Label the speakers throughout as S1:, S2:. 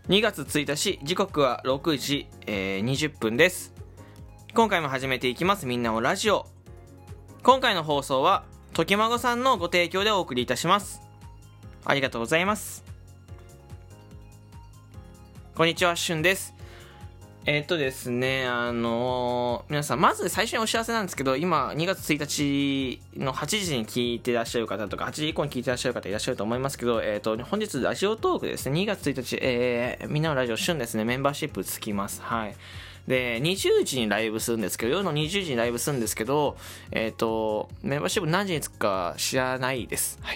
S1: 2月1日、時刻は6時、20分です。今回も始めていきます、みんなのラジオ。今回の放送は、ときまごさんのご提供でお送りいたします。ありがとうございます。こんにちは、しゅんです。ですね、皆さん、まず最初にお知らせなんですけど、今、2月1日の8時に聞いてらっしゃる方とか、8時以降に聞いてらっしゃる方いらっしゃると思いますけど、本日、ラジオトークですね、2月1日、みんなのラジオ、旬ですね、メンバーシップつきます。はい。で、20時にライブするんですけど、夜の20時にライブするんですけど、メンバーシップ何時につくか知らないです。はい。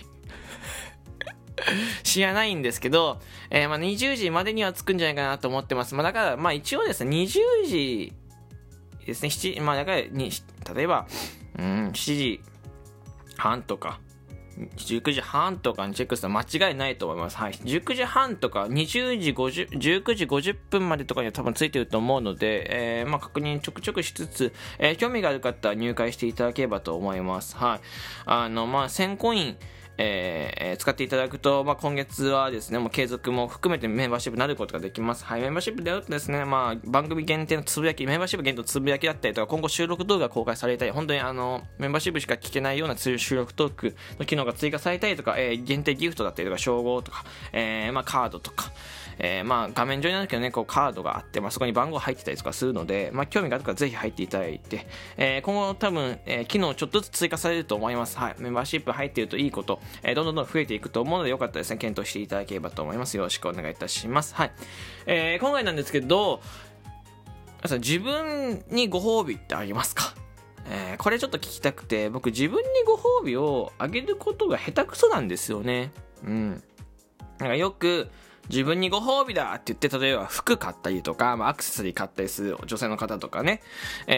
S1: 知らないんですけど、20時までには着くんじゃないかなと思ってます。だから、一応ですね、20時ですね、だから例えば、7時半とか、19時半とかにチェックするのは間違いないと思います。はい。19時半とか、19時50分までとかには多分ついてると思うので、確認ちょくちょくしつつ、興味がある方は入会していただければと思います。はい。1000コイン、使っていただくと、今月はですね、もう継続も含めてメンバーシップになることができます。はい、メンバーシップでやるとですね、番組限定のつぶやき、メンバーシップ限定のつぶやきだったりとか、今後収録動画が公開されたり、本当にメンバーシップしか聞けないような収録トークの機能が追加されたりとか、限定ギフトだったりとか、称号とか、カードとか、画面上になるけどね、こうカードがあって、そこに番号入ってたりとかするので、興味がある方はぜひ入っていただいて、今後多分、機能ちょっとずつ追加されると思います。はい。メンバーシップ入っているといいこと、どんどん増えていくと思うので、よかったらですね、検討していただければと思います。よろしくお願いいたします。はい。今回なんですけど、自分にご褒美ってありますか？これちょっと聞きたくて、僕自分にご褒美をあげることが下手くそなんですよね。なんかよく、自分にご褒美だって言って、例えば服買ったりとか、アクセサリー買ったりする女性の方とかね、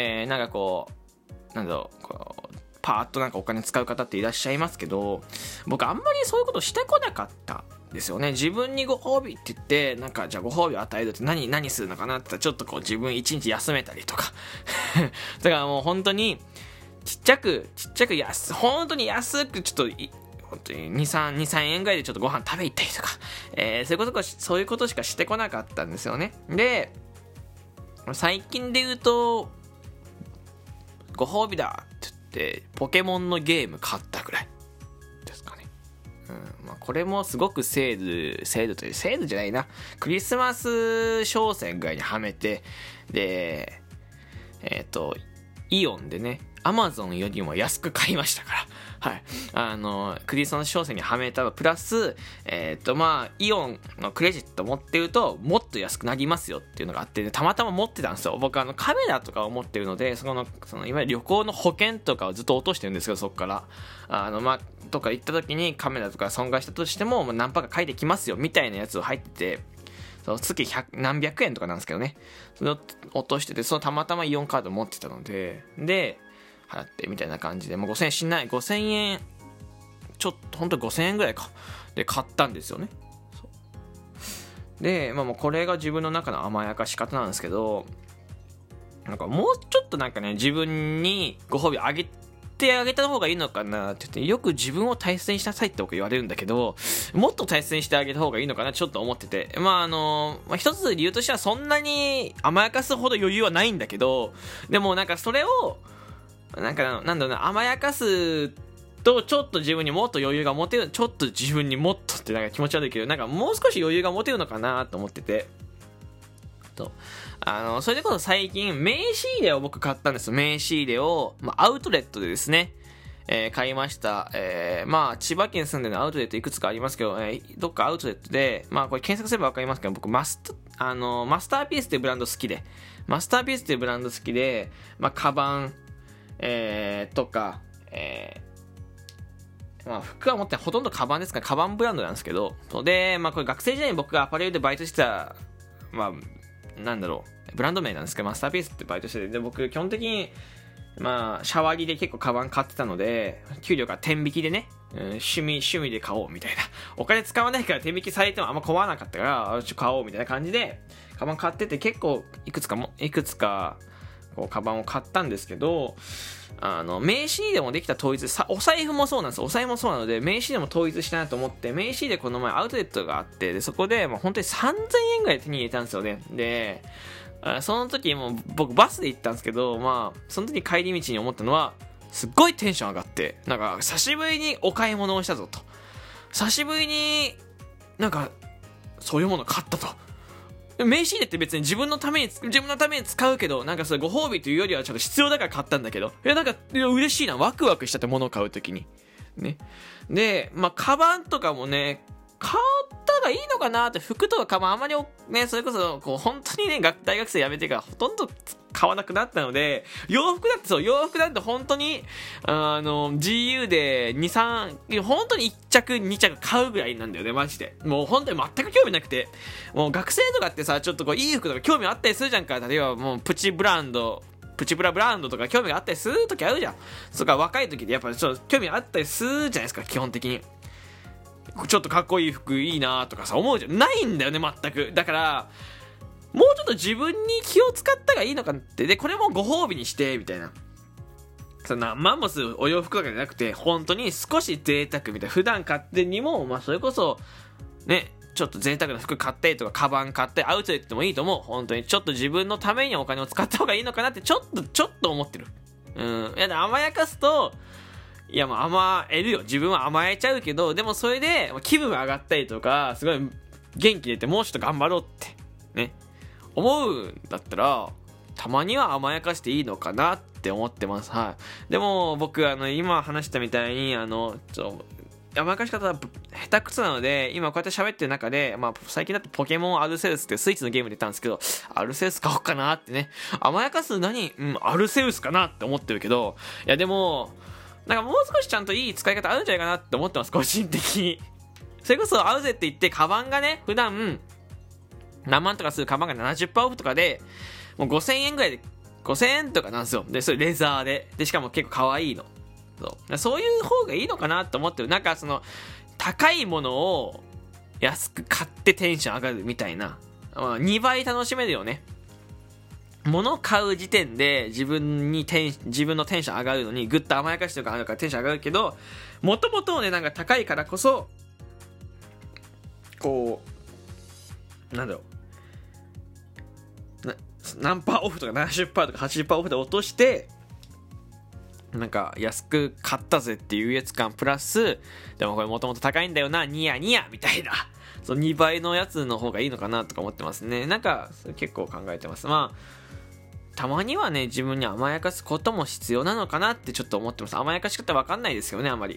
S1: パーッとなんかお金使う方っていらっしゃいますけど、僕あんまりそういうことしてこなかったんですよね。自分にご褒美って言って、なんかじゃあご褒美を与えるって何するのかなって言ったら、ちょっとこう自分一日休めたりとか。だからもう本当に、ちっちゃく本当に安くちょっと、本当に2、3円ぐらいでちょっとご飯食べ行ったりとか、そういうことしかしてこなかったんですよね。で、最近で言うと、ご褒美だって言って、ポケモンのゲーム買ったぐらいですかね。これもすごくセールじゃないな。クリスマス商戦ぐらいにはめて、で、イオンでね、アマゾンよりも安く買いましたから。はい。クリスマス商戦にはめたプラス、イオンのクレジット持ってると、もっと安くなりますよっていうのがあって、たまたま持ってたんですよ。僕カメラとかを持ってるので、いわゆる旅行の保険とかをずっと落としてるんですけど、そこから。とか行った時にカメラとか損害したとしても、何パーか返ってきますよ、みたいなやつを入ってて、月何百円とかなんですけどね。それを落としてて、たまたまイオンカード持ってたので、払ってみたいな感じで、もう5000円しない、5000円、ほんと5000円ぐらいか。で、買ったんですよね。で、もうこれが自分の中の甘やかし方なんですけど、なんかもうちょっとなんかね、自分にご褒美あげた方がいいのかなって言って、よく自分を大切にしなさいって僕言われるんだけど、もっと大切にしてあげた方がいいのかなちょっと思ってて。一つ理由としてはそんなに甘やかすほど余裕はないんだけど、でもなんかそれを、甘やかすと、ちょっと自分にもっと余裕が持てる、ちょっと自分にもっとってなんか気持ち悪いけど、なんかもう少し余裕が持てるのかなと思ってて。それでこそ最近、名刺入れを僕買ったんですよ。名刺入れを、アウトレットでですね、買いました。千葉県住んでるアウトレットいくつかありますけど、どっかアウトレットで、これ検索すればわかりますけど、僕マスターピースっていうブランド好きで、カバン、とか、服は持ってほとんどカバンですから、カバンブランドなんですけど、で、これ学生時代に僕がアパレルでバイトしてた、ブランド名なんですけど、マスターピースってバイトしてて、で、僕基本的に、シャワリで結構カバン買ってたので、給料が天引きでね、趣味で買おうみたいな。お金使わないから天引きされてもあんま困らなかったから、買おうみたいな感じで、カバン買ってて結構いくつかこうカバンを買ったんですけど、名刺にでもできた統一お財布もそうなんですよ。お財布もそうなので名刺でも統一したいなと思って、名刺でこの前アウトレットがあって、でそこでもう本当に3000円ぐらい手に入れたんですよね。でその時も僕バスで行ったんですけど、その時帰り道に思ったのは、すっごいテンション上がって、なんか久しぶりにお買い物をしたぞと、久しぶりになんかそういうものを買ったと。名刺入れって別に自分のために使うけど、なんかそれご褒美というよりはちょっと必要だから買ったんだけど、なんか嬉しいな、ワクワクしたって物を買うときにね。でカバンとかもね、買った方がいいのかなって。服とかカバンあんまりね、それこそこう本当にね、大学生辞めてからほとんど買わなくなったので、洋服だって本当にGU で2、3本当に1着2着買うぐらいなんだよね、マジで。もう本当に全く興味なくて、もう学生とかってさ、ちょっとこういい服とか興味あったりするじゃんか。例えばもうプチブラブランドとか興味があったりする時あるじゃん。そっか、若い時でやっぱちょっと興味あったりするじゃないですか、基本的に。ちょっとかっこいい服いいなとかさ思うじゃん。ないんだよね、全く。だからもうちょっと自分に気を使ったがいいのかって。でこれもご褒美にしてみたいな、そんな何万もするお洋服とかじゃなくて、本当に少し贅沢みたいな。普段買ってにもそれこそね、ちょっと贅沢な服買ってとかカバン買ってアウトレットでもいいと思う。本当にちょっと自分のためにお金を使った方がいいのかなってちょっと思ってる。いや甘やかすと、いや甘えるよ、自分は甘えちゃうけど、でもそれで気分が上がったりとか、すごい元気出てもうちょっと頑張ろうってね思うんだったら、たまには甘やかしていいのかなって思ってます。はい。でも僕今話したみたいに甘やかし方は下手くそなので、今こうやって喋ってる中で、最近だとポケモンアルセウスってスイッチのゲームで言ったんですけど、アルセウス買おうかなってね。甘やかすアルセウスかなって思ってるけど、いやでもなんかもう少しちゃんといい使い方あるんじゃないかなって思ってます、個人的に。それこそアウゼって言ってカバンがね、普段何万とかするカバンが 70% オフとかでもう5000円ぐらいで、5000円とかなんですよ。でそれレザーでしかも結構可愛いの。そういう方がいいのかなって思ってる。なんか高いものを安く買ってテンション上がるみたいな、2倍楽しめるよね。物を買う時点で自分のテンション上がるのに、ぐっと甘やかしとかあるからテンション上がるけど、もともとね、なんか高いからこそこうなんだろう、何パーオフとか 70% とか 80% オフで落として、なんか安く買ったぜっていう優越感プラス、でもこれもともと高いんだよな、ニヤニヤみたいな、その2倍のやつの方がいいのかなとか思ってますね。なんか結構考えてます。たまにはね、自分に甘やかすことも必要なのかなってちょっと思ってます。甘やかし方わかんないですよね、あまり。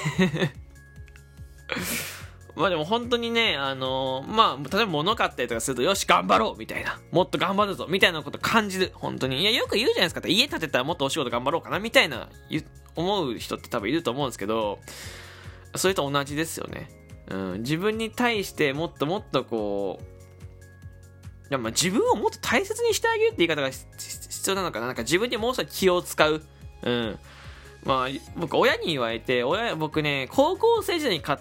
S1: でも本当にね、例えば物買ったりとかすると、よし頑張ろうみたいな、もっと頑張るぞみたいなこと感じる。本当に。いや、よく言うじゃないですか。家建てたらもっとお仕事頑張ろうかなみたいな思う人って多分いると思うんですけど、それと同じですよね。自分に対してもっともっとこう、自分をもっと大切にしてあげるって言い方が必要なのかな。なんか自分にもう少し気を使う。僕親に言われて、僕ね、高校生時代に買った、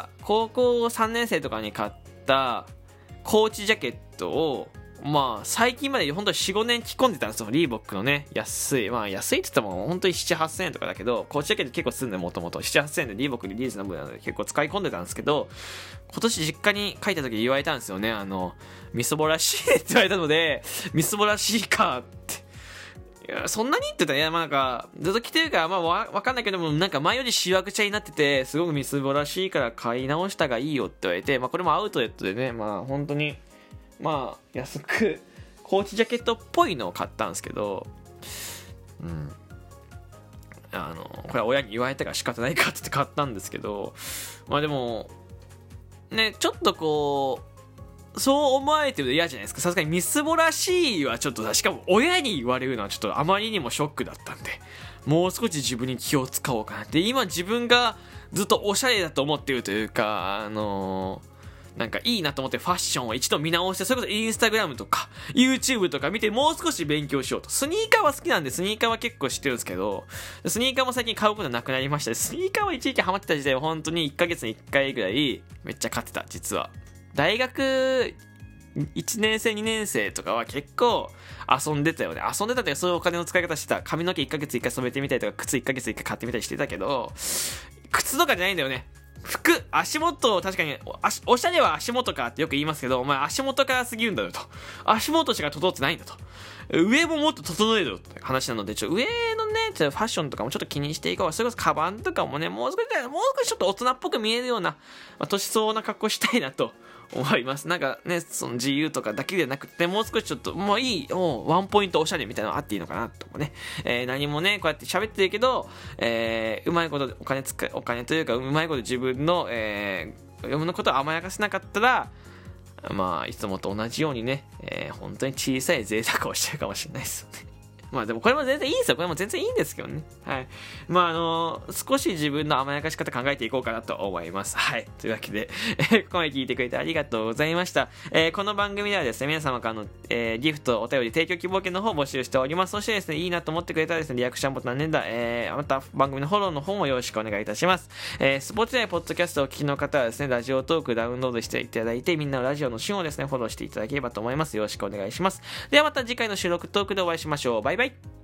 S1: 高校3年生とかに買ったコーチジャケットを最近まで本当に 4,5 年着込んでたんですよ。リーボックのね、安いって言っても本当に 7,8,000 円とかだけど、コーチジャケット結構すんで、もともと 7,8,000 円でリーボックでリーズナブルなので結構使い込んでたんですけど、今年実家に帰った時言われたんですよね。みそぼらしいって言われたので、みそぼらしいかって、いやそんなにって言ったら、いやなんかずっと着てるからわかんないけども、なんか前よりしわくちゃになってて、すごくみすぼらしいから買い直したがいいよって言われて、これもアウトレットでね、本当に安くコーチジャケットっぽいのを買ったんですけど、これは親に言われたから仕方ないかって言って買ったんですけど、でもね、ちょっとこうそう思われてると嫌じゃないですか。さすがにみすぼらしいはちょっと、しかも親に言われるのはちょっとあまりにもショックだったんで、もう少し自分に気を使おうかなって。今自分がずっとおしゃれだと思ってるというか、なんかいいなと思ってファッションを一度見直して、それこそインスタグラムとか YouTube とか見てもう少し勉強しようと。スニーカーは好きなんで、スニーカーは結構知ってるんですけど、スニーカーも最近買うことなくなりました。スニーカーは一時期ハマってた時代は本当に1ヶ月に1回ぐらいめっちゃ買ってた。実は大学 1年生2年生とかは結構遊んでたよね。遊んでたってそういうお金の使い方してた。髪の毛1ヶ月1回染めてみたりとか、靴1ヶ月1回買ってみたりしてたけど、靴とかじゃないんだよね。服、足元、確かにおしゃれは足元かってよく言いますけど、お前足元からすぎるんだよと。足元しか整ってないんだと。上ももっと整えろって話なので、上のね、ファッションとかもちょっと気にしていこう。それこそカバンとかもね、もう少しちょっと大人っぽく見えるような、年相応な格好したいなと思います。なんかね、その自由とかだけでなくて、もう少しちょっと、もういい、ワンポイントおしゃれみたいなのあっていいのかなと思うね。何もね、こうやって喋ってるけど、うまいことお金というか、うまいこと自分の、読むのことを甘やかせなかったら、まあいつもと同じようにね、本当に小さい贅沢をしてるかもしれないですよね。まあでもこれも全然いいんですよ。これも全然いいんですけどね。はい。まあ少し自分の甘やかし方考えていこうかなと思います。はい。というわけで、ここまで聞いてくれてありがとうございました。この番組ではですね、皆様からの、ギフト、お便り、提供希望券の方を募集しております。そしてですね、いいなと思ってくれたらですね、リアクションボタン連打、また番組のフォローの方もよろしくお願いいたします。Spotify、ポッドキャストをお聞きの方はですね、ラジオトークダウンロードしていただいて、みんなのラジオの旬をですね、フォローしていただければと思います。よろしくお願いします。ではまた次回の収録トークでお会いしましょう。バイバイ。